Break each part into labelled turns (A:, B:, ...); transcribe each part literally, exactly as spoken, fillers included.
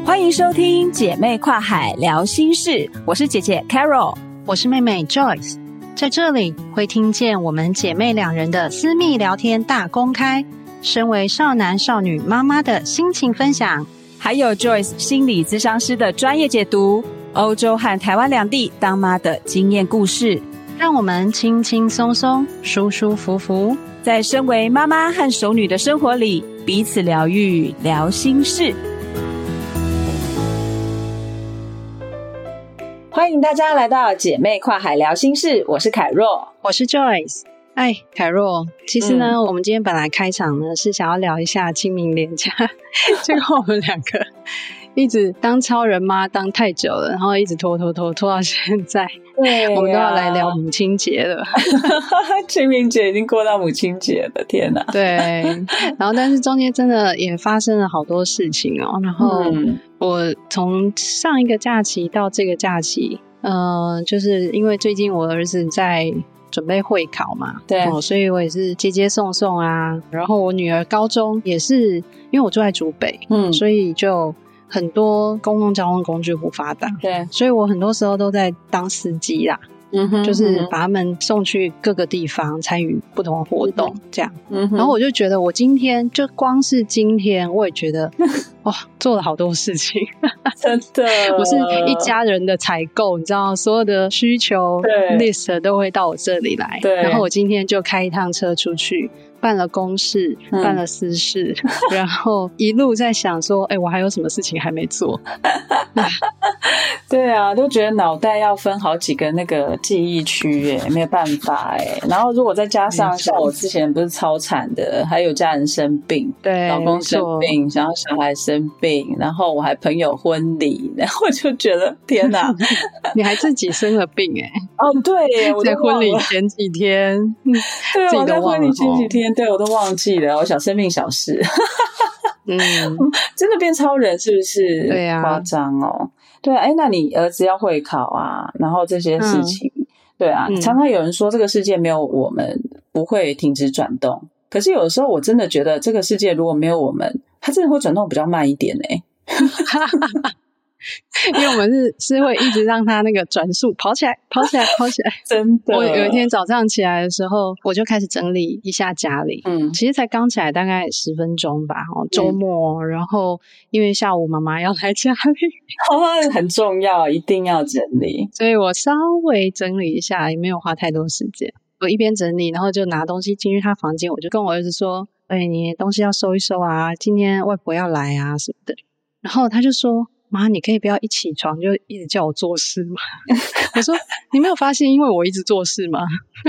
A: 欢迎收听姐妹跨海聊心事，我是姐姐 Carol，
B: 我是妹妹 Joyce， 在这里会听见我们姐妹两人的私密聊天大公开，身为少男少女妈妈的心情分享，
A: 还有 Joyce 心理咨商师的专业解读，欧洲和台湾两地当妈的经验故事，
B: 让我们轻轻松松舒舒服服
A: 在身为妈妈和熟女的生活里彼此疗愈聊心事。欢迎大家来到姐妹跨海聊心事，我是凯若，
B: 我是 Joyce。 哎，凯若，其实呢、嗯、我们今天本来开场呢是想要聊一下清明连假，结果我们两个一直当超人妈当太久了，然后一直拖拖拖拖到现在。对、啊、我们都要来聊母亲节了。
A: 清明节已经过到母亲节了，天哪。
B: 对，然后但是中间真的也发生了好多事情哦。然后我从上一个假期到这个假期，呃，就是因为最近我儿子在准备会考嘛，
A: 对、
B: 哦，所以我也是接接送送啊。然后我女儿高中也是，因为我住在竹北，嗯，所以就很多公共交通工具不发达，
A: 对，
B: 所以我很多时候都在当司机啦，嗯哼，就是把他们送去各个地方参与不同的活动，这样，嗯哼，然后我就觉得我今天就光是今天我也觉得哇，做了好多事情，
A: 真的，
B: 我是一家人的采购，你知道，所有的需求 list 都会到我这里来，对，然后我今天就开一趟车出去。办了公事，办了私事、嗯、然后一路在想说哎、欸，我还有什么事情还没做。
A: 对啊，都觉得脑袋要分好几个那个记忆区耶，没有办法耶。然后如果再加上像我之前不是超惨的，还有家人生病，
B: 对，
A: 老公生病，然后小孩生病，然后我还朋友婚礼，然后我就觉得天哪。
B: 你还自己生了病耶。
A: 哦对耶，我
B: 在婚礼前几天。
A: 对，我在婚礼前几天，对，我都忘记了，我小生病小事。嗯，真的变超人是不是？
B: 对啊，
A: 夸张哦。对啊，哎，那你儿子要会考啊，然后这些事情，嗯、对啊、嗯，常常有人说这个世界没有我们不会停止转动，可是有的时候我真的觉得这个世界如果没有我们，它真的会转动比较慢一点哎。
B: 因为我们是是会一直让他那个转速跑起来跑起来跑起来。
A: 真的，
B: 我有一天早上起来的时候我就开始整理一下家里，嗯，其实才刚起来大概十分钟吧，哦，周末、嗯、然后因为下午妈妈要来家里，
A: 哦，很重要，一定要整理，
B: 所以我稍微整理一下，也没有花太多时间。我一边整理然后就拿东西进去他房间，我就跟我儿子说哎、欸，你东西要收一收啊，今天外婆要来啊什么的。然后他就说妈，你可以不要一起床就一直叫我做事吗？我说你没有发现因为我一直做事吗？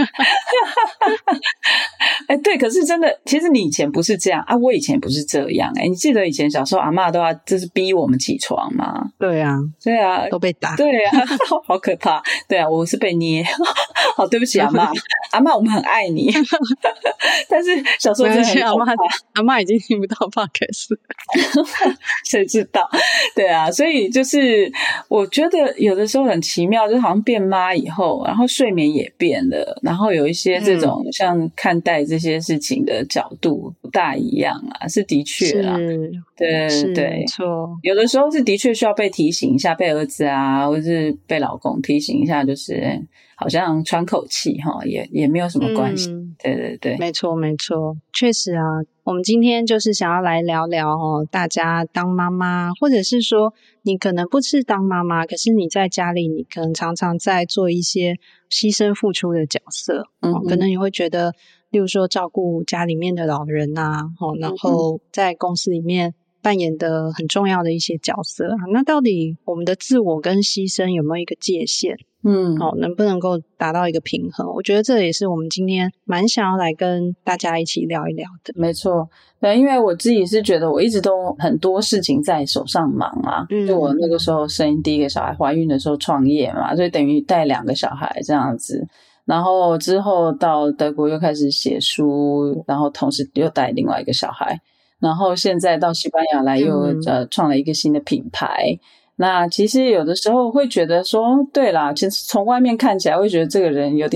A: 哎，对，可是真的，其实你以前不是这样啊，我以前不是这样。哎，你记得以前小时候阿嬷都要就是逼我们起床吗？
B: 对啊，
A: 对啊，
B: 都被打。
A: 对啊，好可怕。对啊，我是被捏。好，对不起阿嬷，阿嬷我们很爱你。但是小时候真的很
B: 阿嬷，阿嬷已经听不到 podcast，
A: 谁知道？对啊，所以就是我觉得有的时候很奇妙，就是好像变妈以后，然后睡眠也变了，然后有一些这种像看待这些事情的角度不大一样啊，是的确啊，对对，
B: 没错，
A: 有的时候是的确需要被提醒一下，被儿子啊，或是被老公提醒一下，就是好像喘口气哈，也也没有什么关系、嗯。对对对，
B: 没错没错，确实啊。我们今天就是想要来聊聊哦，大家当妈妈，或者是说你可能不是当妈妈，可是你在家里，你可能常常在做一些牺牲付出的角色。嗯、哦，可能你会觉得，例如说照顾家里面的老人啊，哦，然后在公司里面扮演的很重要的一些角色啊，那到底我们的自我跟牺牲有没有一个界限？嗯，哦，能不能够达到一个平衡？我觉得这也是我们今天蛮想要来跟大家一起聊一聊的。
A: 没错，对，因为我自己是觉得我一直都很多事情在手上忙啊，嗯，就我那个时候生第一个小孩，怀孕的时候创业嘛，所以等于带两个小孩这样子。然后之后到德国又开始写书，然后同时又带另外一个小孩，然后现在到西班牙来又、嗯、呃创了一个新的品牌。那其实有的时候会觉得说，对啦，其实从外面看起来会觉得这个人有点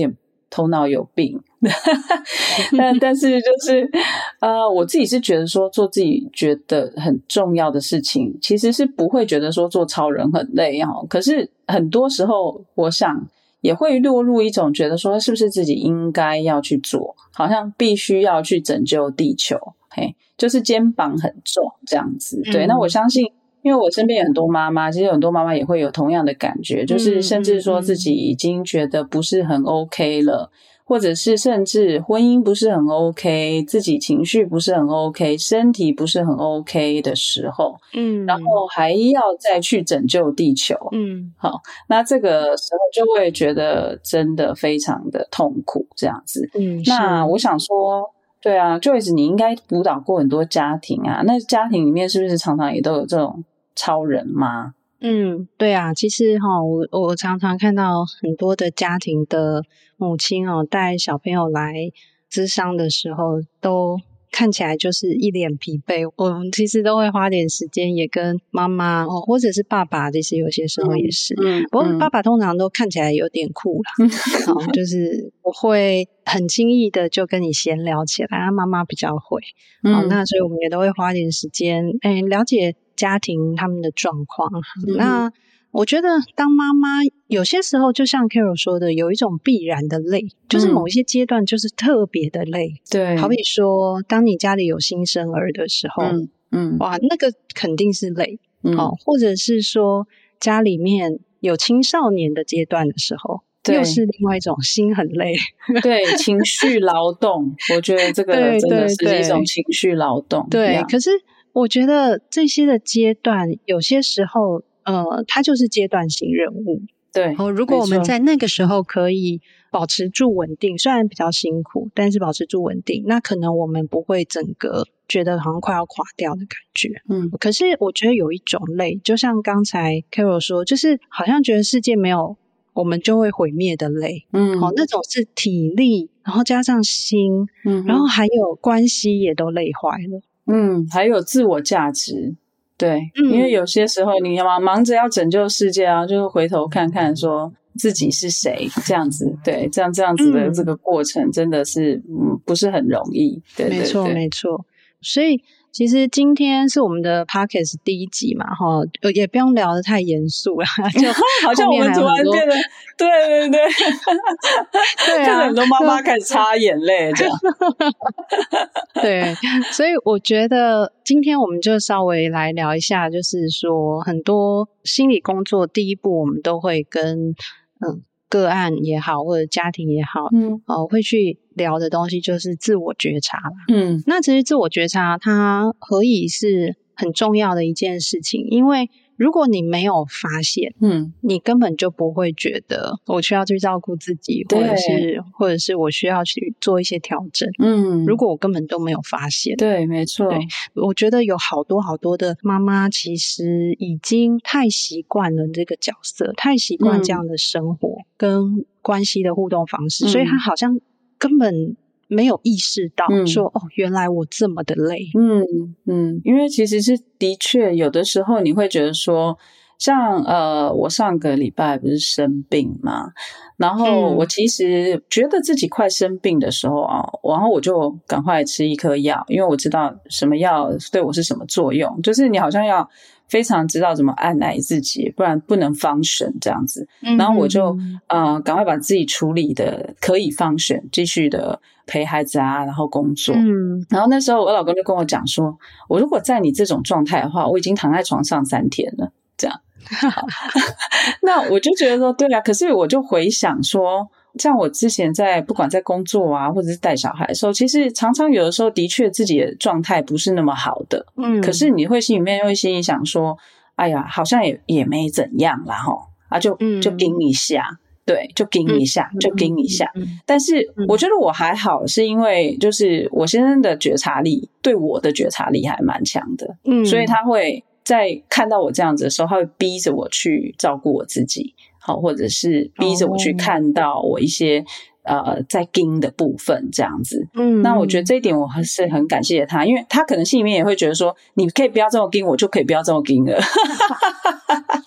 A: 头脑有病。但但是就是呃，我自己是觉得说做自己觉得很重要的事情，其实是不会觉得说做超人很累齁。可是很多时候我想也会落入一种觉得说是不是自己应该要去做，好像必须要去拯救地球，嘿，就是肩膀很重这样子。对，嗯、那我相信因为我身边有很多妈妈，其实很多妈妈也会有同样的感觉，就是甚至说自己已经觉得不是很 OK 了，或者是甚至婚姻不是很 OK， 自己情绪不是很 OK， 身体不是很 OK 的时候，嗯，然后还要再去拯救地球，嗯，好，那这个时候就会觉得真的非常的痛苦这样子。嗯，那我想说对啊 Joyce 你应该辅导过很多家庭啊，那家庭里面是不是常常也都有这种超人吗？
B: 嗯，对啊，其实齁我我常常看到很多的家庭的母亲哦，带小朋友来咨商的时候都看起来就是一脸疲惫。我们其实都会花点时间也跟妈妈哦，或者是爸爸，其实有些时候也是，嗯，不过爸爸通常都看起来有点酷啦，嗯、哦，就是不会很轻易的就跟你闲聊起来，啊，妈妈比较会，嗯、哦，那所以我们也都会花点时间，哎，了解家庭他们的状况。嗯、那我觉得当妈妈有些时候就像 Carol 说的，有一种必然的累，就是某一些阶段就是特别的累。对、嗯，好比说当你家里有新生儿的时候，嗯嗯，哇，那个肯定是累，嗯、哦，或者是说家里面有青少年的阶段的时候，又是另外一种心很累。
A: 对，情绪劳动，我觉得这个真的是一种情绪劳动。
B: 对，对对可是我觉得这些的阶段有些时候呃，它就是阶段性任务。
A: 对、
B: 哦，如果我们在那个时候可以保持住稳定，虽然比较辛苦，但是保持住稳定，那可能我们不会整个觉得好像快要垮掉的感觉。嗯，可是我觉得有一种累，就像刚才 Carol 说，就是好像觉得世界没有我们就会毁灭的累。嗯，好、哦，那种是体力，然后加上心，嗯，然后还有关系也都累坏了。
A: 嗯，还有自我价值。对、嗯，因为有些时候你忙忙着要拯救世界啊，就是回头看看说自己是谁这样子。对，这样这样子的这个过程真的是嗯不是很容易。对对对，
B: 没错没错。所以其实今天是我们的 podcast 第一集嘛，齁，也不用聊得太严肃啦，就
A: 好像我们突然变得，对对对，对啊，很多妈妈开始擦眼泪这样。
B: 对，所以我觉得今天我们就稍微来聊一下，就是说很多心理工作第一步我们都会跟嗯个案也好或者家庭也好，嗯，呃，会去聊的东西就是自我觉察啦。嗯，那其实自我觉察它何以是很重要的一件事情，因为如果你没有发现，嗯，你根本就不会觉得我需要去照顾自己，或者是或者是我需要去做一些调整。嗯，如果我根本都没有发现，
A: 对，没错。
B: 对，我觉得有好多好多的妈妈其实已经太习惯了这个角色，太习惯这样的生活、嗯、跟关系的互动方式、嗯、所以她好像根本没有意识到说、嗯、哦，原来我这么的累。
A: 嗯嗯，因为其实是的确有的时候你会觉得说像呃，我上个礼拜不是生病嘛，然后我其实觉得自己快生病的时候啊，然后我就赶快吃一颗药，因为我知道什么药对我是什么作用，就是你好像要非常知道怎么按捺自己，不然不能function这样子。然后我就呃赶快把自己处理的可以function，继续的陪孩子啊，然后工作。嗯，然后那时候我老公就跟我讲说，我如果在你这种状态的话，我已经躺在床上三天了，这样。那我就觉得说，对啊，可是我就回想说，像我之前在不管在工作啊，或者是带小孩的时候，其实常常有的时候的确自己的状态不是那么好的，嗯，可是你会心里面会心里想说，哎呀，好像也也没怎样啦齁，啊就就盯一下，嗯、对，就盯一下，嗯、就盯一下、嗯。但是我觉得我还好，是因为就是我先生的觉察力对我的觉察力还蛮强的，嗯，所以他会在看到我这样子的时候，他会逼着我去照顾我自己，好，或者是逼着我去看到我一些、哦、呃在盯的部分这样子。嗯，那我觉得这一点我还是很感谢他，因为他可能心里面也会觉得说，你可以不要这么盯，我就可以不要这么盯了。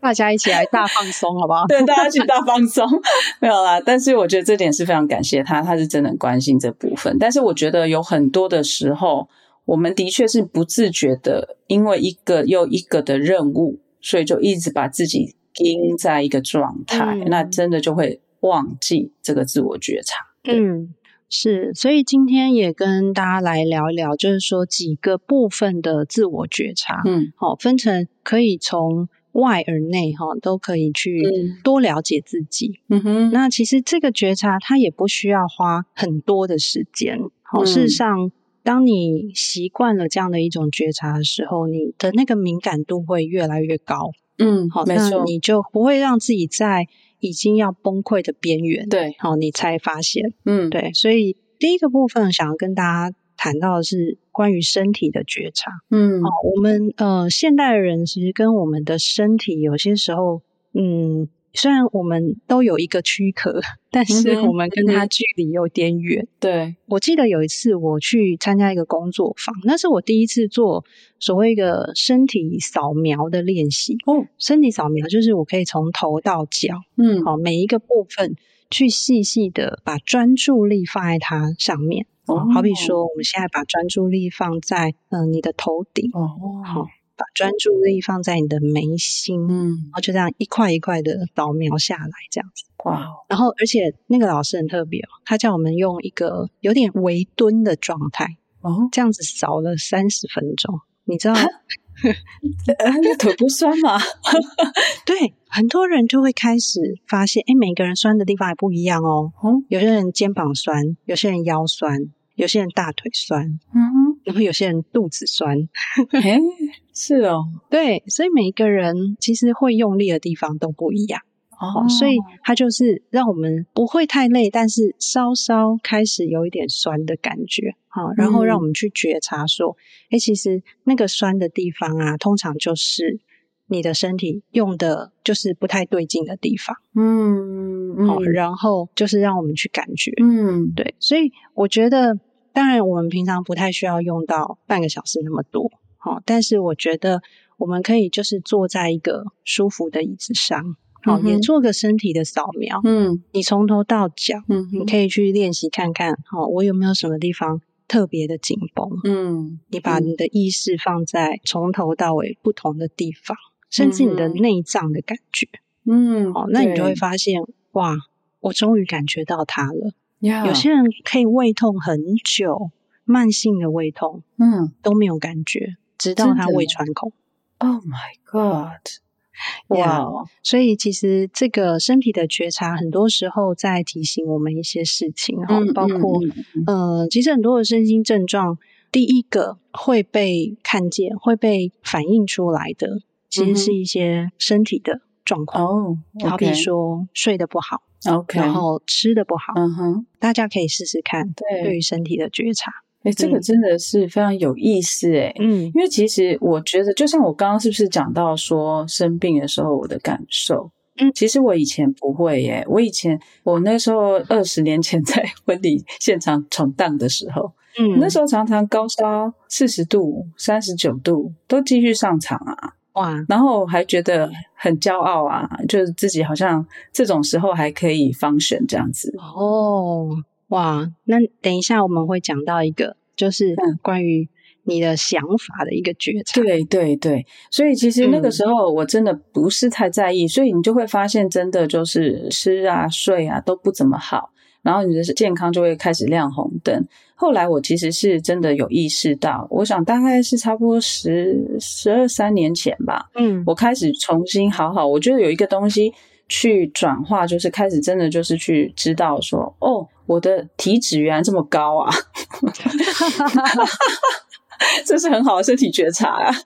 B: 大家一起来大放松好不好？
A: 对，大家一起大放松。没有啦，但是我觉得这点是非常感谢他，他是真的很关心这部分。但是我觉得有很多的时候，我们的确是不自觉的，因为一个又一个的任务，所以就一直把自己盯在一个状态、嗯、那真的就会忘记这个自我觉察。
B: 嗯，是，所以今天也跟大家来聊一聊，就是说几个部分的自我觉察，嗯，好，分成可以从外而内哈，都可以去多了解自己。嗯哼，那其实这个觉察它也不需要花很多的时间。好、嗯，事实上，当你习惯了这样的一种觉察的时候，你的那个敏感度会越来越高。
A: 嗯，
B: 好，
A: 没错，
B: 那你就不会让自己在已经要崩溃的边缘，
A: 对，
B: 好，你才发现，
A: 嗯，
B: 对，所以第一个部分想要跟大家谈到的是关于身体的觉察，嗯，好，我们呃现代人其实跟我们的身体有些时候，嗯，虽然我们都有一个躯壳，但是我们跟它距离有点远。嗯、
A: 对，
B: 我记得有一次我去参加一个工作坊，那是我第一次做所谓一个身体扫描的练习。哦，身体扫描就是我可以从头到脚，嗯，好，每一个部分去细细的把专注力放在它上面。哦，好比说我们现在把专注力放在嗯、呃、你的头顶。哦，好。把专注力放在你的眉心，嗯，然后就这样一块一块的扫描下来，这样子。哇！然后而且那个老师很特别哦，他叫我们用一个有点微蹲的状态，哦，这样子扫了三十分钟。你知道，
A: 那腿不酸吗？
B: 对，很多人就会开始发现，哎，每个人酸的地方也不一样哦。嗯，有些人肩膀酸，有些人腰酸，有些人大腿酸，嗯，然后有些人肚子酸。
A: 诶，是哦，
B: 对，所以每一个人其实会用力的地方都不一样。哦，所以它就是让我们不会太累，但是稍稍开始有一点酸的感觉，好，然后让我们去觉察说，诶，其实那个酸的地方啊，通常就是你的身体用的就是不太对劲的地方，嗯嗯，好，然后就是让我们去感觉，嗯，对，所以我觉得，当然我们平常不太需要用到半个小时那么多，好，但是我觉得我们可以就是坐在一个舒服的椅子上。好，也做个身体的扫描。嗯，你从头到脚，嗯，你可以去练习看看，好，我有没有什么地方特别的紧绷？嗯，你把你的意识放在从头到尾不同的地方，甚至你的内脏的感觉。嗯，好，那你就会发现，哇，我终于感觉到它了。Yeah. 有些人可以胃痛很久，慢性的胃痛，嗯，都没有感觉，直到他胃穿孔。
A: Oh my god！哇、
B: wow ，所以其实这个身体的觉察，很多时候在提醒我们一些事情，嗯、包括嗯、呃，其实很多的身心症状，第一个会被看见、会被反映出来的，其实是一些身体的状况。哦、嗯 okay ，好比说睡得不好
A: ，OK，
B: 然后吃得不好，嗯哼，大家可以试试看，对，对于身体的觉察。
A: 诶、欸、这个真的是非常有意思诶、欸、嗯，因为其实我觉得就像我刚刚是不是讲到说生病的时候我的感受，嗯，其实我以前不会耶、欸、我以前我那时候二十年前在婚礼现场闯荡的时候，嗯，那时候常常高烧四十度三十九度都继续上场啊，哇，然后还觉得很骄傲啊，就是自己好像这种时候还可以function这样子。
B: 哦，哇，那等一下我们会讲到一个就是关于你的想法的一个觉察。
A: 对对对，所以其实那个时候我真的不是太在意、嗯、所以你就会发现真的就是吃啊睡啊都不怎么好，然后你的健康就会开始亮红灯。后来我其实是真的有意识到，我想大概是差不多十十二三年前吧，嗯，我开始重新好好，我觉得有一个东西去转化，就是开始真的就是去知道说，哦，我的体脂原来这么高啊这是很好的身体觉察啊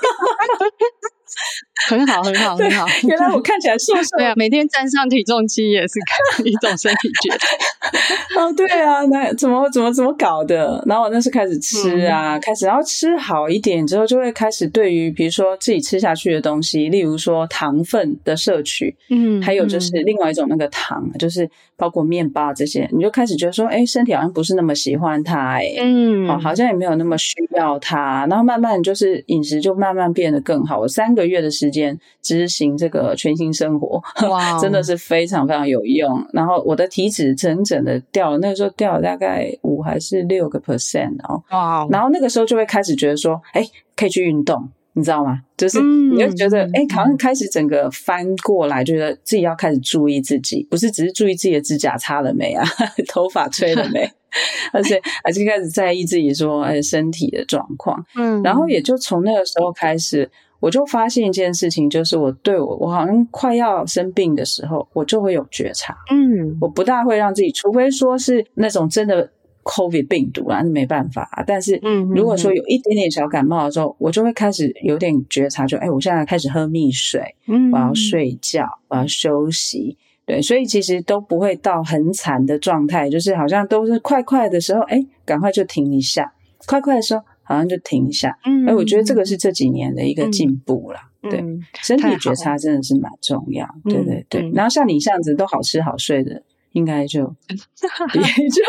B: 很好很好很好，
A: 原来我看起来瘦瘦
B: 对啊，每天站上体重机也是一种身体觉察
A: 哦，对啊，那怎么怎么怎么搞的？然后我那时开始吃啊，嗯、开始然后吃好一点之后，就会开始对于比如说自己吃下去的东西，例如说糖分的摄取，嗯，还有就是另外一种那个糖，就是包括面包这些，你就开始觉得说，哎，身体好像不是那么喜欢它，哎，嗯，哦，好像也没有那么需要它，然后慢慢就是饮食就慢慢变得更好。我三个月的时间执行这个全新生活，哇，真的是非常非常有用。然后我的体脂整整的掉了，那个时候掉了大概五还是六个 percent 哦，哇，然后那个时候就会开始觉得说，哎，可以去运动。你知道吗？就是你会觉得哎、嗯欸，好像开始整个翻过来，觉得自己要开始注意自己，不是只是注意自己的指甲擦了没啊，头发吹了没，而且而且开始在意自己说哎身体的状况。嗯，然后也就从那个时候开始，我就发现一件事情，就是我对我我好像快要生病的时候，我就会有觉察。嗯，我不大会让自己，除非说是那种真的COVID 病毒啊，是没办法、啊、但是如果说有一点点小感冒的时候，我就会开始有点觉察，就哎，我现在开始喝蜜水，嗯，我要睡觉，我要休息，对，所以其实都不会到很惨的状态，就是好像都是快快的时候，哎，赶快就停一下，快快的时候好像就停一下，嗯，哎，我觉得这个是这几年的一个进步啦，嗯、对、嗯，身体觉察真的是蛮重要，对对对、嗯，然后像你这样子都好吃好睡的，应该就也就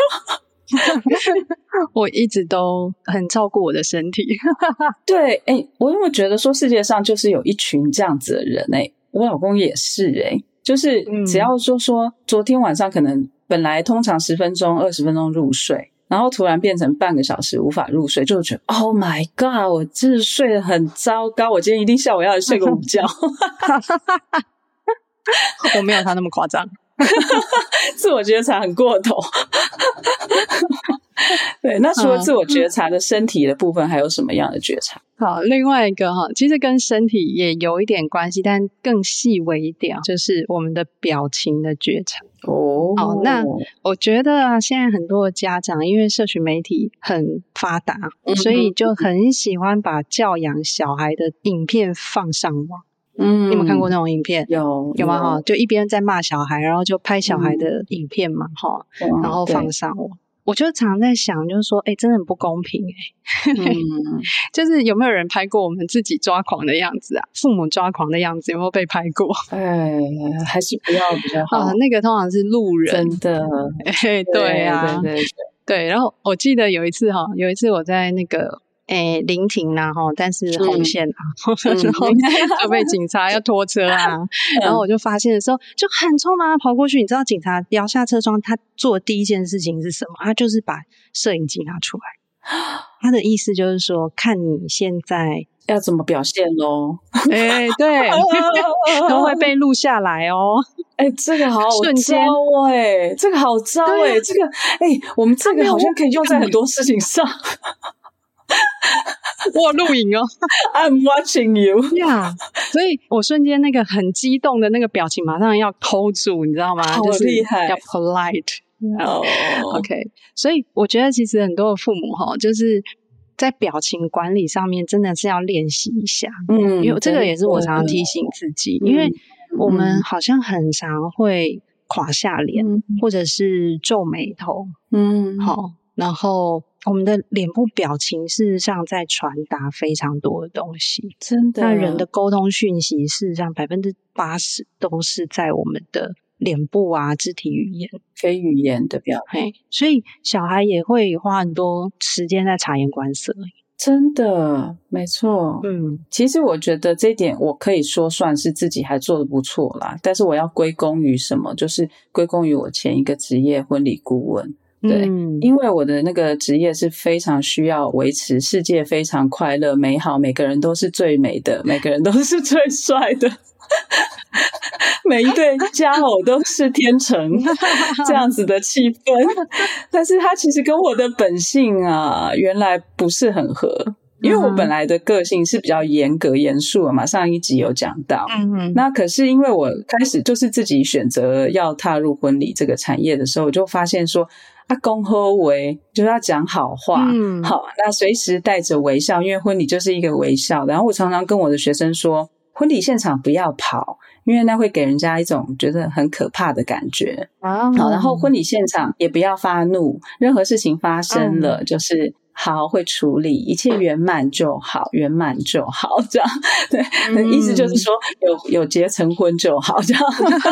B: 我一直都很照顾我的身体
A: 对，欸，我有没有觉得说世界上就是有一群这样子的人，欸，我老公也是，欸，就是只要说说昨天晚上可能本来通常十分钟二十分钟入睡，然后突然变成半个小时无法入睡，就觉得 Oh my god 我真的睡得很糟糕，我今天一定下午要来睡个午觉
B: 我没有他那么夸张
A: 自我觉察很过头对，那除了自我觉察的身体的部分、嗯、还有什么样的觉察？
B: 好，另外一个哈，其实跟身体也有一点关系，但更细微一点，就是我们的表情的觉察。哦，好，那我觉得啊，现在很多的家长因为社群媒体很发达、嗯、所以就很喜欢把教养小孩的影片放上网。嗯，你有没有看过那种影片？
A: 有
B: 有吗？哈，就一边在骂小孩，然后就拍小孩的影片嘛，哈、嗯，然后放上网。我就常在想，就是说，哎、欸，真的很不公平哎、欸。嗯，就是有没有人拍过我们自己抓狂的样子啊？父母抓狂的样子有没有被拍过？
A: 哎，还是不要比较好。
B: 啊，那个通常是路人，
A: 真的。
B: 哎、欸，对啊，
A: 对对 对, 对。
B: 对，然后我记得有一次哈，有一次我在那个。诶，临停啦齁，但是红线啊，嗯、然后就被警察要拖车啊、嗯，然后我就发现的时候就很匆忙跑过去，你知道警察摇下车窗，他做的第一件事情是什么？他就是把摄影机拿出来，他的意思就是说，看你现在
A: 要怎么表现咯。
B: 诶对，都会被录下来哦。
A: 哎、欸，这个好糟哎、欸，这个好糟哎、欸，这个哎、欸，我们这个好像可以用在很多事情上。
B: 我有录影哦
A: I'm watching you
B: 呀、yeah, 所以我瞬间那个很激动的那个表情马上要 hold 住，你知道吗？
A: 好厉害，
B: 就是要 polite
A: 哦、
B: oh. OK， 所以我觉得其实很多的父母齁，就是在表情管理上面真的是要练习一下。嗯，因为这个也是我常常提醒自己，因为我们好像很常会垮下脸、嗯、或者是皱眉头。嗯，好，然后我们的脸部表情事实上在传达非常多的东西，
A: 真的。
B: 那人的沟通讯息事实上百分之八十都是在我们的脸部啊、肢体语言、
A: 非语言的表现。
B: 所以小孩也会花很多时间在察言观色。
A: 真的，没错。嗯，其实我觉得这一点我可以说算是自己还做得不错啦，但是我要归功于什么？就是归功于我前一个职业婚礼顾问。对、嗯，因为我的那个职业是非常需要维持世界非常快乐美好，每个人都是最美的，每个人都是最帅的每一对佳偶都是天成这样子的气氛但是它其实跟我的本性啊原来不是很合，因为我本来的个性是比较严格严肃的嘛，上一集有讲到。嗯，那可是因为我开始就是自己选择要踏入婚礼这个产业的时候，我就发现说啊，恭贺为就是要讲好话。嗯，好，那随时带着微笑，因为婚礼就是一个微笑。然后我常常跟我的学生说，婚礼现场不要跑，因因为那会给人家一种觉得很可怕的感觉。
B: 啊，
A: 好，然后婚礼现场也不要发怒，任何事情发生了、嗯、就是好会处理，一切圆满就好，圆满就好，这样对、嗯，意思就是说有有结成婚就好，这样。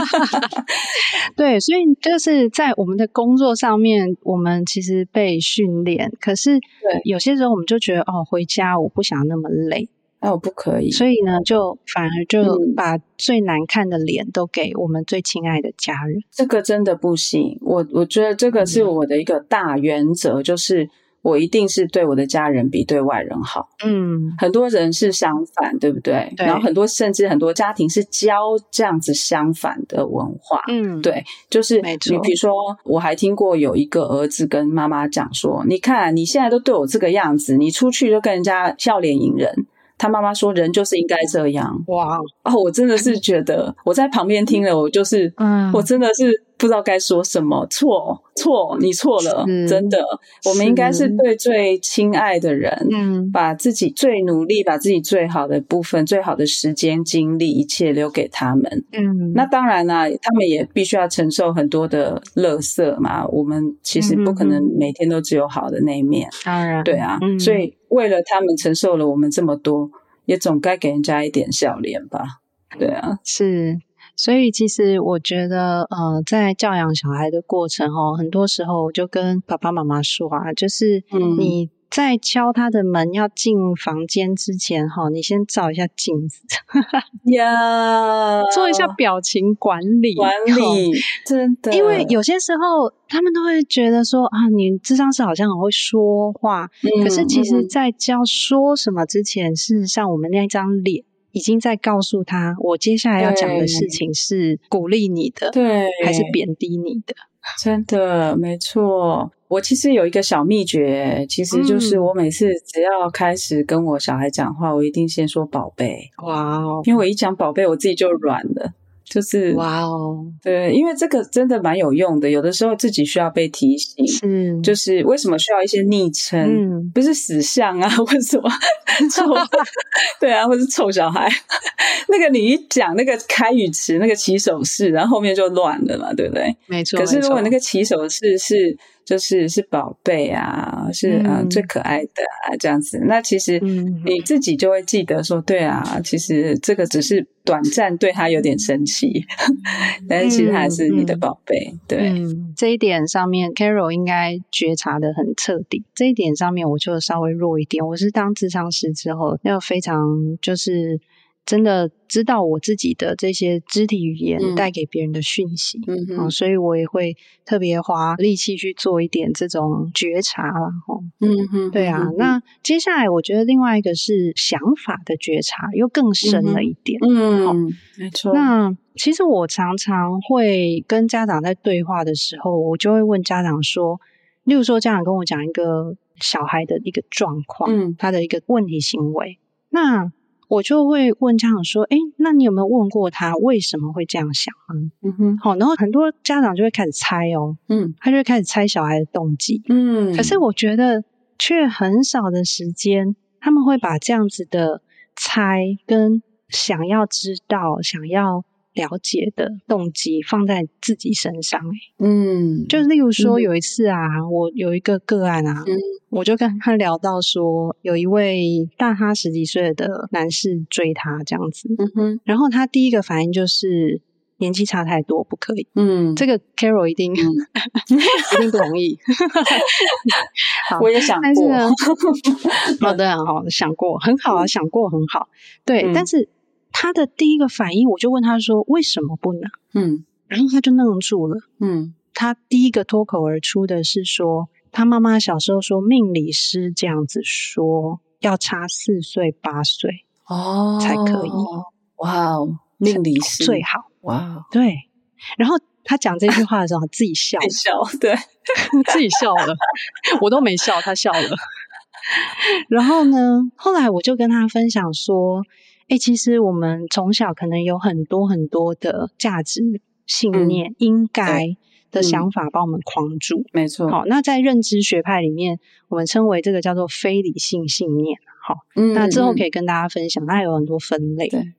B: 对，所以就是在我们的工作上面，我们其实被训练，可是有些时候我们就觉得哦，回家我不想那么累。
A: 哦，不可以，
B: 所以呢，就反而就把最难看的脸都给我们最亲爱的家人。嗯、
A: 这个真的不行，我我觉得这个是我的一个大原则，嗯、就是我一定是对我的家人比对外人好。嗯，很多人是相反，对不对？对。然后很多甚至很多家庭是教这样子相反的文化。嗯，对，就是你比如说，我还听过有一个儿子跟妈妈讲说：“你看你现在都对我这个样子，你出去就跟人家笑脸迎人。”他妈妈说人就是应该这样。哇哦，我真的是觉得我在旁边听了，我就是嗯，我真的是不知道该说什么。错错你错了，真的，我们应该是对最亲爱的人嗯，把自己最努力，把自己最好的部分，最好的时间精力一切留给他们。嗯，那当然啦，他们也必须要承受很多的垃圾嘛，我们其实不可能每天都只有好的那一面。当然对啊、嗯、所以为了他们承受了我们这么多，也总该给人家一点笑脸吧。对啊，
B: 是，所以其实我觉得呃，在教养小孩的过程哦，很多时候我就跟爸爸妈妈说啊，就是你在敲他的门要进房间之前哈，你先照一下镜子
A: 呀， yeah,
B: 做一下表情管理
A: 管理，真的，
B: 因为有些时候他们都会觉得说啊，你諮商師好像很会说话、嗯、可是其实在教说什么之前、嗯、事实上我们那张脸已经在告诉他，我接下来要讲的事情是鼓励你的，对，还是贬低你的。
A: 真的没错。我其实有一个小秘诀，其实就是我每次只要开始跟我小孩讲话、嗯、我一定先说宝贝。哇哦，因为我一讲宝贝我自己就软了，就是哇哦，对，因为这个真的蛮有用的，有的时候自己需要被提醒，是，就是为什么需要一些昵称、嗯、不是死相啊或者什么臭对啊，或是臭小孩那个你一讲那个开语词那个起手式，然后后面就乱了嘛，对不对？没错。可是如果那个起手式是就是是宝贝啊，是、嗯、呃最可爱的啊这样子，那其实你自己就会记得说，对啊，其实这个只是短暂对他有点生气但是其实还是你的宝贝、嗯、对、
B: 嗯、这一点上面 Carol 应该觉察得很彻底，这一点上面我就稍微弱一点，我是当諮商師之后要非常就是真的知道我自己的这些肢体语言带给别人的讯息、嗯嗯、所以我也会特别花力气去做一点这种觉察啦、嗯嗯、对啊、嗯、那接下来我觉得另外一个是想法的觉察又更深了一点。嗯，嗯没错。那其实我常常会跟家长在对话的时候，我就会问家长说，例如说家长跟我讲一个小孩的一个状况、嗯、他的一个问题行为，那我就会问家长说，诶，那你有没有问过他为什么会这样想呢？嗯哼，好，然后很多家长就会开始猜哦，嗯，他就会开始猜小孩的动机，嗯，可是我觉得却很少的时间，他们会把这样子的猜跟想要知道、想要了解的动机放在自己身上。嗯，就例如说有一次啊、嗯、我有一个个案啊、嗯、我就跟他聊到说有一位大他十几岁的男士追他这样子、嗯哼，然后他第一个反应就是年纪差太多不可以。嗯，这个 Carol 一定、嗯、一定不容易
A: 好，我也想过，
B: 但是呢好的好想过很好啊、嗯、想过很好，对、嗯、但是他的第一个反应我就问他说为什么不能，嗯，然后他就愣住了。嗯，他第一个脱口而出的是说他妈妈小时候说命理师这样子说要差四岁八岁哦才可以。
A: 哇哦，命理师
B: 最好。哇，对。然后他讲这句话的时候自己笑
A: 自己笑，对
B: 自己笑了我都没笑他笑了然后呢后来我就跟他分享说诶，其实我们从小可能有很多很多的价值信念、嗯、应该的想法把我们框住、嗯、
A: 没错。
B: 好，那在认知学派里面我们称为这个叫做非理性信念。好、嗯，那之后可以跟大家分享它有很多分类。对，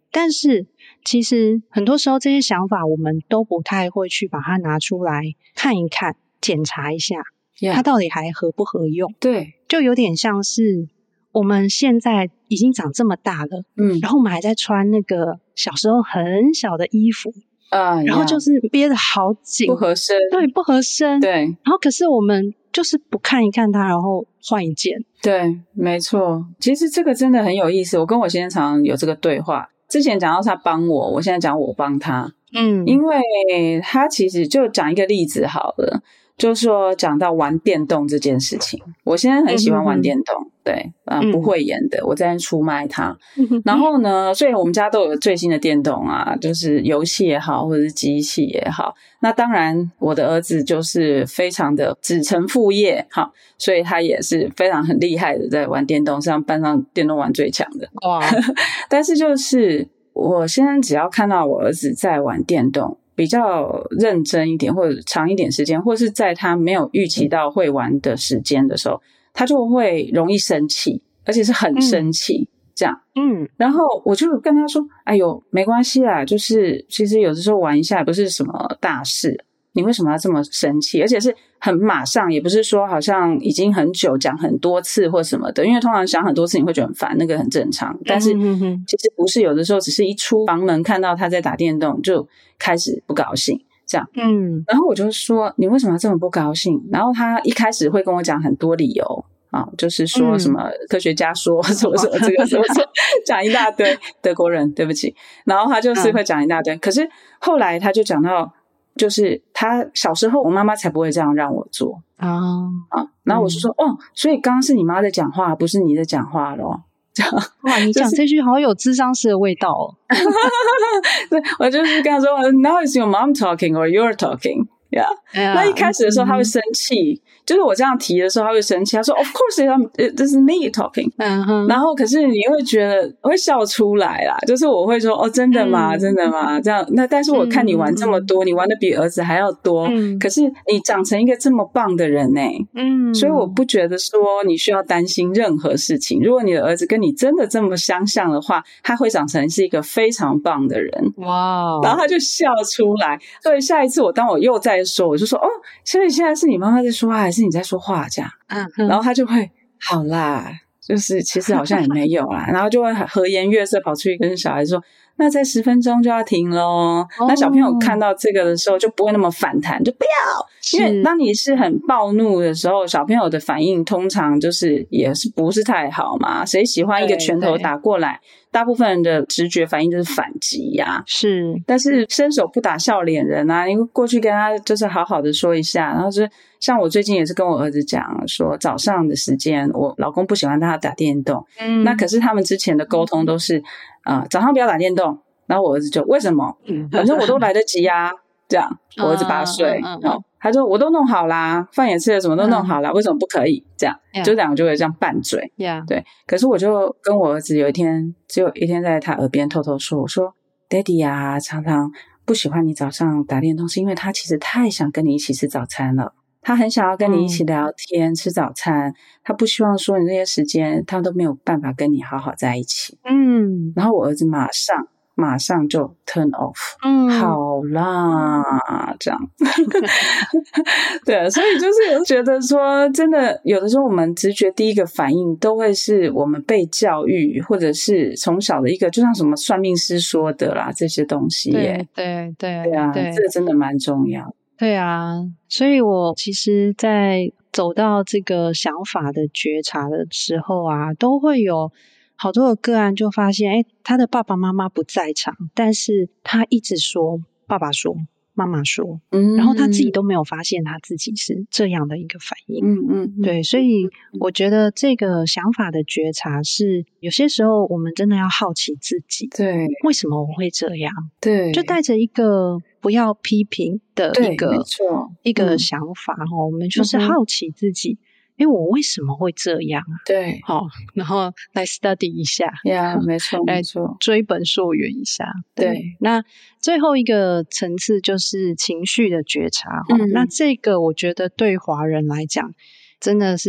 B: 但是其实很多时候这些想法我们都不太会去把它拿出来看一看，检查一下
A: yeah.
B: 它到底还合不合用。
A: 对，
B: 就有点像是我们现在已经长这么大了，嗯，然后我们还在穿那个小时候很小的衣服啊，然后就是憋得好紧，
A: 不合身，
B: 对，不合身，
A: 对。
B: 然后可是我们就是不看一看它，然后换一件。
A: 对，没错。其实这个真的很有意思，我跟我先生常常有这个对话。之前讲到他帮我，我现在讲我帮他。嗯，因为他其实就讲一个例子好了。就是说讲到玩电动这件事情，我现在很喜欢玩电动，嗯、对，啊、嗯，不会演的，我在出卖它。嗯、然后呢，所以我们家都有最新的电动啊，就是游戏也好，或者是机器也好。那当然，我的儿子就是非常的子承父业，好，所以他也是非常很厉害的在玩电动，上班上电动玩最强的。哇！但是就是我现在只要看到我儿子在玩电动，比较认真一点或者长一点时间，或是在他没有预期到会玩的时间的时候，他就会容易生气，而且是很生气、嗯、这样。嗯，然后我就跟他说，哎呦没关系啦，就是其实有的时候玩一下不是什么大事，你为什么要这么生气？而且是很马上，也不是说好像已经很久讲很多次或什么的，因为通常讲很多次你会觉得很烦，那个很正常。但是其实不是，有的时候只是一出房门看到他在打电动就开始不高兴这样。嗯，然后我就说你为什么要这么不高兴？然后他一开始会跟我讲很多理由啊，就是说什么科学家说什么什么这个什么什么讲一大堆，德国人对不起，然后他就是会讲一大堆、嗯、可是后来他就讲到就是他小时候我妈妈才不会这样让我做啊、哦、啊，然后我就说、嗯、哦，所以刚刚是你妈在讲话，不是你在讲话咯。这样
B: 哇，你讲这句好有諮商師的味道哦。
A: 对，我就是跟他說 Now is your mom talking or you're talking yeah. yeah. 那一开始的时候他会生气、嗯、就是我这样提的时候他会生气，他说 Of course this is me talking、嗯、然后可是你会觉得会笑出来啦，就是我会说哦真的吗、嗯、真的吗这样。那但是我看你玩这么多、嗯、你玩的比儿子还要多、嗯、可是你长成一个这么棒的人欸、嗯，所以我不觉得说你需要担心任何事情。如果你的儿子跟你真的这么相像的话，他会长成是一个非常棒的人。哇，然后他就笑出来。所以下一次我当我又在说，我就说哦，所以现在是你妈妈在说话还是你在说话这样、嗯、然后他就会好啦，就是其实好像也没有啦然后就会和颜悦色跑出去跟小孩说那在十分钟就要停咯、哦、那小朋友看到这个的时候就不会那么反弹，就不要。因为当你是很暴怒的时候，小朋友的反应通常就是也是不是太好嘛，谁喜欢一个拳头打过来，大部分人的直觉反应就是反击呀、啊，是。但是伸手不打笑脸人啊，你过去跟他就是好好的说一下，然后就是像我最近也是跟我儿子讲说，早上的时间我老公不喜欢他打电动，嗯，那可是他们之前的沟通都是啊、呃，早上不要打电动，然后我儿子就为什么？反正我都来得及啊，这样。我儿子八岁，嗯嗯嗯、他说我都弄好啦，饭也吃了，什么都弄好啦、嗯、为什么不可以？这样， yeah. 就两个就会这样拌嘴。Yeah. 对，可是我就跟我儿子有一天，只有一天在他耳边偷偷说，我说 Daddy 啊，常常不喜欢你早上打电动，是因为他其实太想跟你一起吃早餐了。他很想要跟你一起聊天、嗯、吃早餐，他不希望说你那些时间他都没有办法跟你好好在一起。嗯，然后我儿子马上马上就 turn off， 嗯，好啦，这样。对，所以就是觉得说真的有的时候我们直觉第一个反应都会是我们被教育或者是从小的一个就像什么算命师说的啦这些东西耶。
B: 对对对
A: 对啊，这个真的蛮重要。
B: 对啊，所以我其实在走到这个想法的觉察的时候啊，都会有好多的个案就发现，诶，他的爸爸妈妈不在场，但是他一直说爸爸说妈妈说，嗯，然后他自己都没有发现他自己是这样的一个反应。嗯嗯嗯，对，所以我觉得这个想法的觉察是有些时候我们真的要好奇自己，对，为什么我会这样？对，就带着一个不要批评的一个没错一个想法、嗯、我们就是好奇自己。因为我为什么会这样啊？对，好、哦，然后来 study 一下，呀、yeah, 没错，没错，追本溯源一下。对，对，那最后一个层次就是情绪的觉察。嗯，那这个我觉得对华人来讲真的是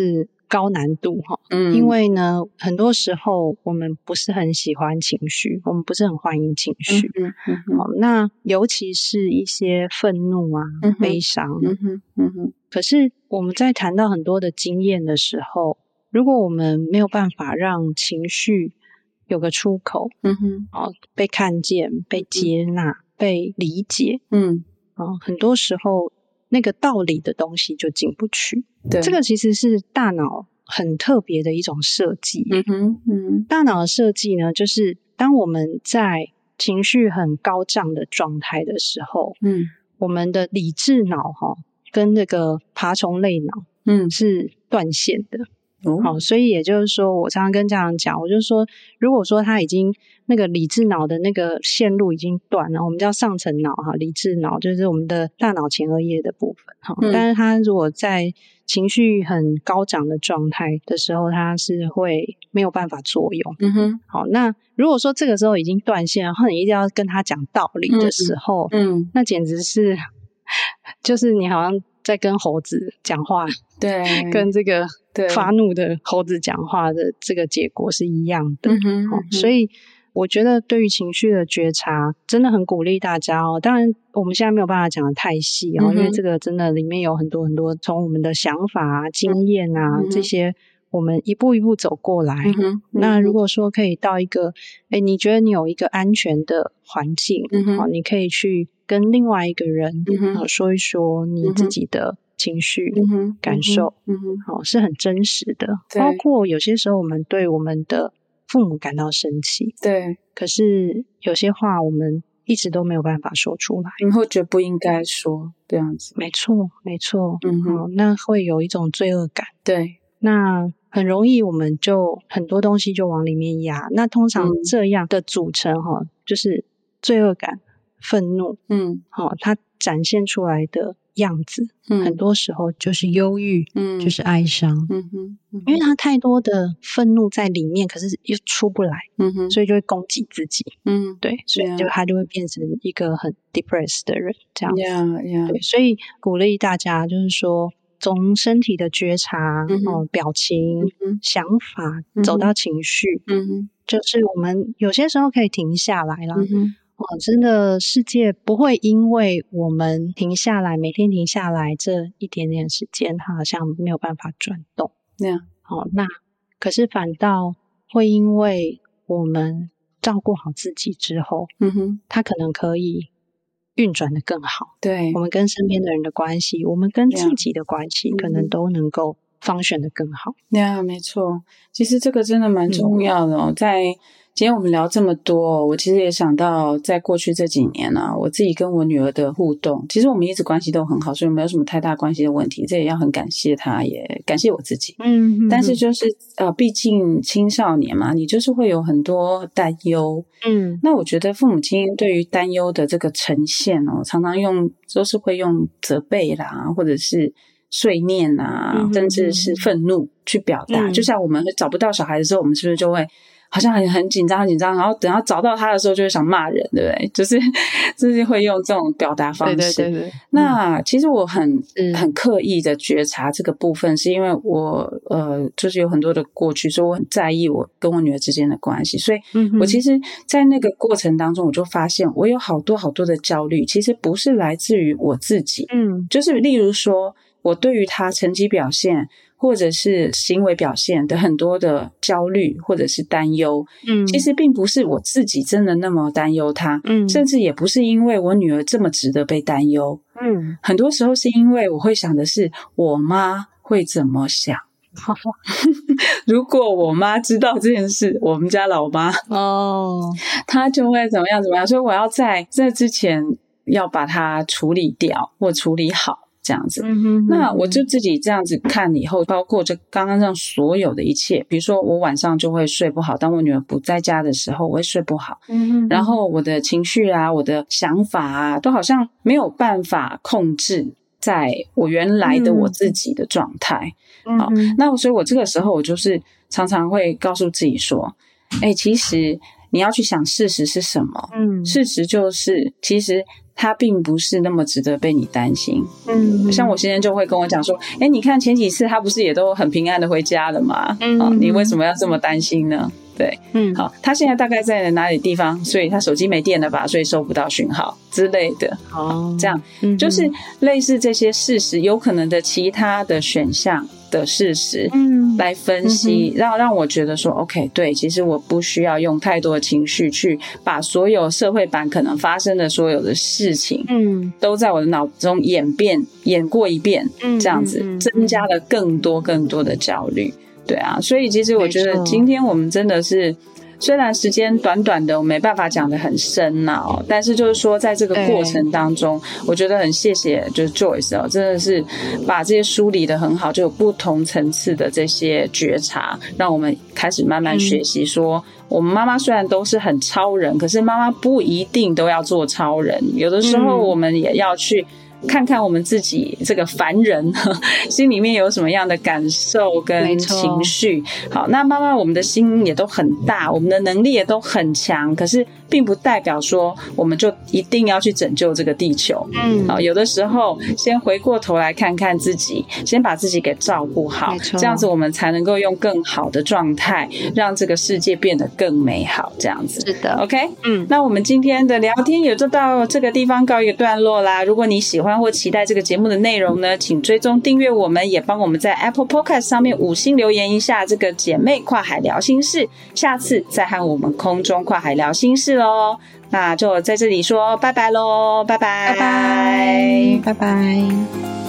B: 高难度哈，嗯，因为呢，很多时候我们不是很喜欢情绪，我们不是很欢迎情绪，嗯嗯嗯好，那尤其是一些愤怒啊、嗯、悲伤，嗯哼嗯哼。可是我们在谈到很多的经验的时候，如果我们没有办法让情绪有个出口，嗯哼，哦，被看见、被接纳、嗯、被理解，嗯，哦，很多时候那个道理的东西就进不去。对，这个其实是大脑很特别的一种设计。嗯哼，嗯，大脑的设计呢，就是当我们在情绪很高涨的状态的时候，嗯，我们的理智脑哈、哦、跟那个爬虫类脑，嗯，是断线的。哦、好，所以也就是说，我常常跟家长讲，我就说，如果说他已经那个理智脑的那个线路已经断了，我们叫上层脑哈，理智脑就是我们的大脑前额叶的部分哈、嗯。但是他如果在情绪很高涨的状态的时候，他是会没有办法作用。嗯哼，好，那如果说这个时候已经断线，然后你一定要跟他讲道理的时候，嗯，嗯那简直是就是你好像在跟猴子讲话，对，跟这个发怒的猴子讲话的这个结果是一样的。嗯哼嗯哼所以我觉得对于情绪的觉察真的很鼓励大家哦。当然我们现在没有办法讲得太细哦、嗯，因为这个真的里面有很多很多从我们的想法啊、经验啊、嗯、这些我们一步一步走过来。嗯哼嗯、那如果说可以到一个诶你觉得你有一个安全的环境、嗯哦、你可以去跟另外一个人、嗯呃、说一说你自己的情绪、嗯、感受、嗯哦、是很真实的。包括有些时候我们对我们的父母感到生气，对，可是有些话我们一直都没有办法说出来，
A: 你会觉得不应该说这样子。
B: 没错没错，嗯哼、哦、那会有一种罪恶感，
A: 对，
B: 那很容易我们就很多东西就往里面压。那通常这样的组成、哦、就是罪恶感、愤怒，嗯，哦，它展现出来的样子、嗯、很多时候就是忧郁，嗯，就是哀伤，嗯哼，嗯哼因为它太多的愤怒在里面，可是又出不来，嗯哼，所以就会攻击自己，嗯，对，所以就他就会变成一个很 depressed 的人这样子，
A: yeah, yeah.
B: 对，所以鼓励大家就是说从身体的觉察、嗯哦、表情、嗯、想法、嗯、走到情绪、嗯、就是我们有些时候可以停下来啦、嗯哦、真的世界不会因为我们停下来每天停下来这一点点时间它好像没有办法转动、
A: yeah.
B: 哦、那可是反倒会因为我们照顾好自己之后、嗯哼，它可能可以运转得更好，
A: 对，
B: 我们跟身边的人的关系，我们跟自己的关系、yeah. 可能都能够function得更好。
A: 对啊，没错，其实这个真的蛮重要的哦、嗯、在今天我们聊这么多，我其实也想到在过去这几年啊，我自己跟我女儿的互动，其实我们一直关系都很好，所以没有什么太大关系的问题，这也要很感谢她，也感谢我自己。嗯，但是就是呃，毕竟青少年嘛，你就是会有很多担忧。嗯，那我觉得父母亲对于担忧的这个呈现哦，常常用都是会用责备啦，或者是碎念啊、嗯、甚至是愤怒去表达、嗯、就像我们找不到小孩的时候，我们是不是就会好像很很紧张很紧张，然后等到找到他的时候就会想骂人，对不对？就是就是会用这种表达方式。对对对对。那、嗯、其实我很很刻意的觉察这个部分，是因为我呃就是有很多的过去，所以我很在意我跟我女儿之间的关系，所以我其实在那个过程当中，我就发现我有好多好多的焦虑，其实不是来自于我自己，嗯，就是例如说我对于他成绩表现或者是行为表现的很多的焦虑或者是担忧，嗯，其实并不是我自己真的那么担忧他，嗯，甚至也不是因为我女儿这么值得被担忧，嗯，很多时候是因为我会想的是我妈会怎么想。如果我妈知道这件事，我们家老妈哦，她就会怎么样怎么样，所以我要在这之前要把它处理掉或处理好这样子、嗯、哼哼，那我就自己这样子看以后，包括这刚刚让所有的一切，比如说我晚上就会睡不好，当我女儿不在家的时候我会睡不好，嗯哼哼，然后我的情绪啊我的想法啊都好像没有办法控制在我原来的我自己的状态、嗯、好，那所以我这个时候我就是常常会告诉自己说，哎、欸，其实你要去想事实是什么。
B: 嗯，
A: 事实就是其实他并不是那么值得被你担心。
B: 嗯，
A: 像我先生就会跟我讲说，哎，你看前几次他不是也都很平安的回家了吗？
B: 嗯、
A: 啊，你为什么要这么担心呢？对，嗯，好，他现在大概在哪里地方，所以他手机没电了吧，所以收不到讯号之类的。哦，这样、嗯、就是类似这些事实，有可能的其他的选项的事实，嗯，来分析，让让我觉得说 ，OK， 对，其实我不需要用太多的情绪去把所有社会版可能发生的所有的事情，嗯，都在我的脑中演变演过一遍，嗯，这样子增加了更多更多的焦虑。对啊，所以其实我觉得今天我们真的是，虽然时间短短的，我没办法讲得很深啊、哦，但是就是说，在这个过程当中，我觉得很谢谢就是 Joyce 哦，真的是把这些梳理得很好，就有不同层次的这些觉察，让我们开始慢慢学习说。嗯，我们妈妈虽然都是很超人，可是妈妈不一定都要做超人，有的时候我们也要去看看我们自己这个凡人心里面有什么样的感受跟情绪。好，那妈妈我们的心也都很大，我们的能力也都很强，可是并不代表说我们就一定要去拯救这个地球。嗯，好，有的时候先回过头来看看自己，先把自己给照顾好，这样子我们才能够用更好的状态让这个世界变得更美好，这样子。
B: 是的
A: OK， 嗯，那我们今天的聊天也就到这个地方告一个段落啦。如果你喜欢或期待这个节目的内容呢，请追踪订阅我们，也帮我们在 Apple Podcast 上面五星留言一下这个姐妹跨海聊心事，下次再和我们空中跨海聊心事咯。那就在这里说拜拜咯，拜拜
B: 拜拜拜拜。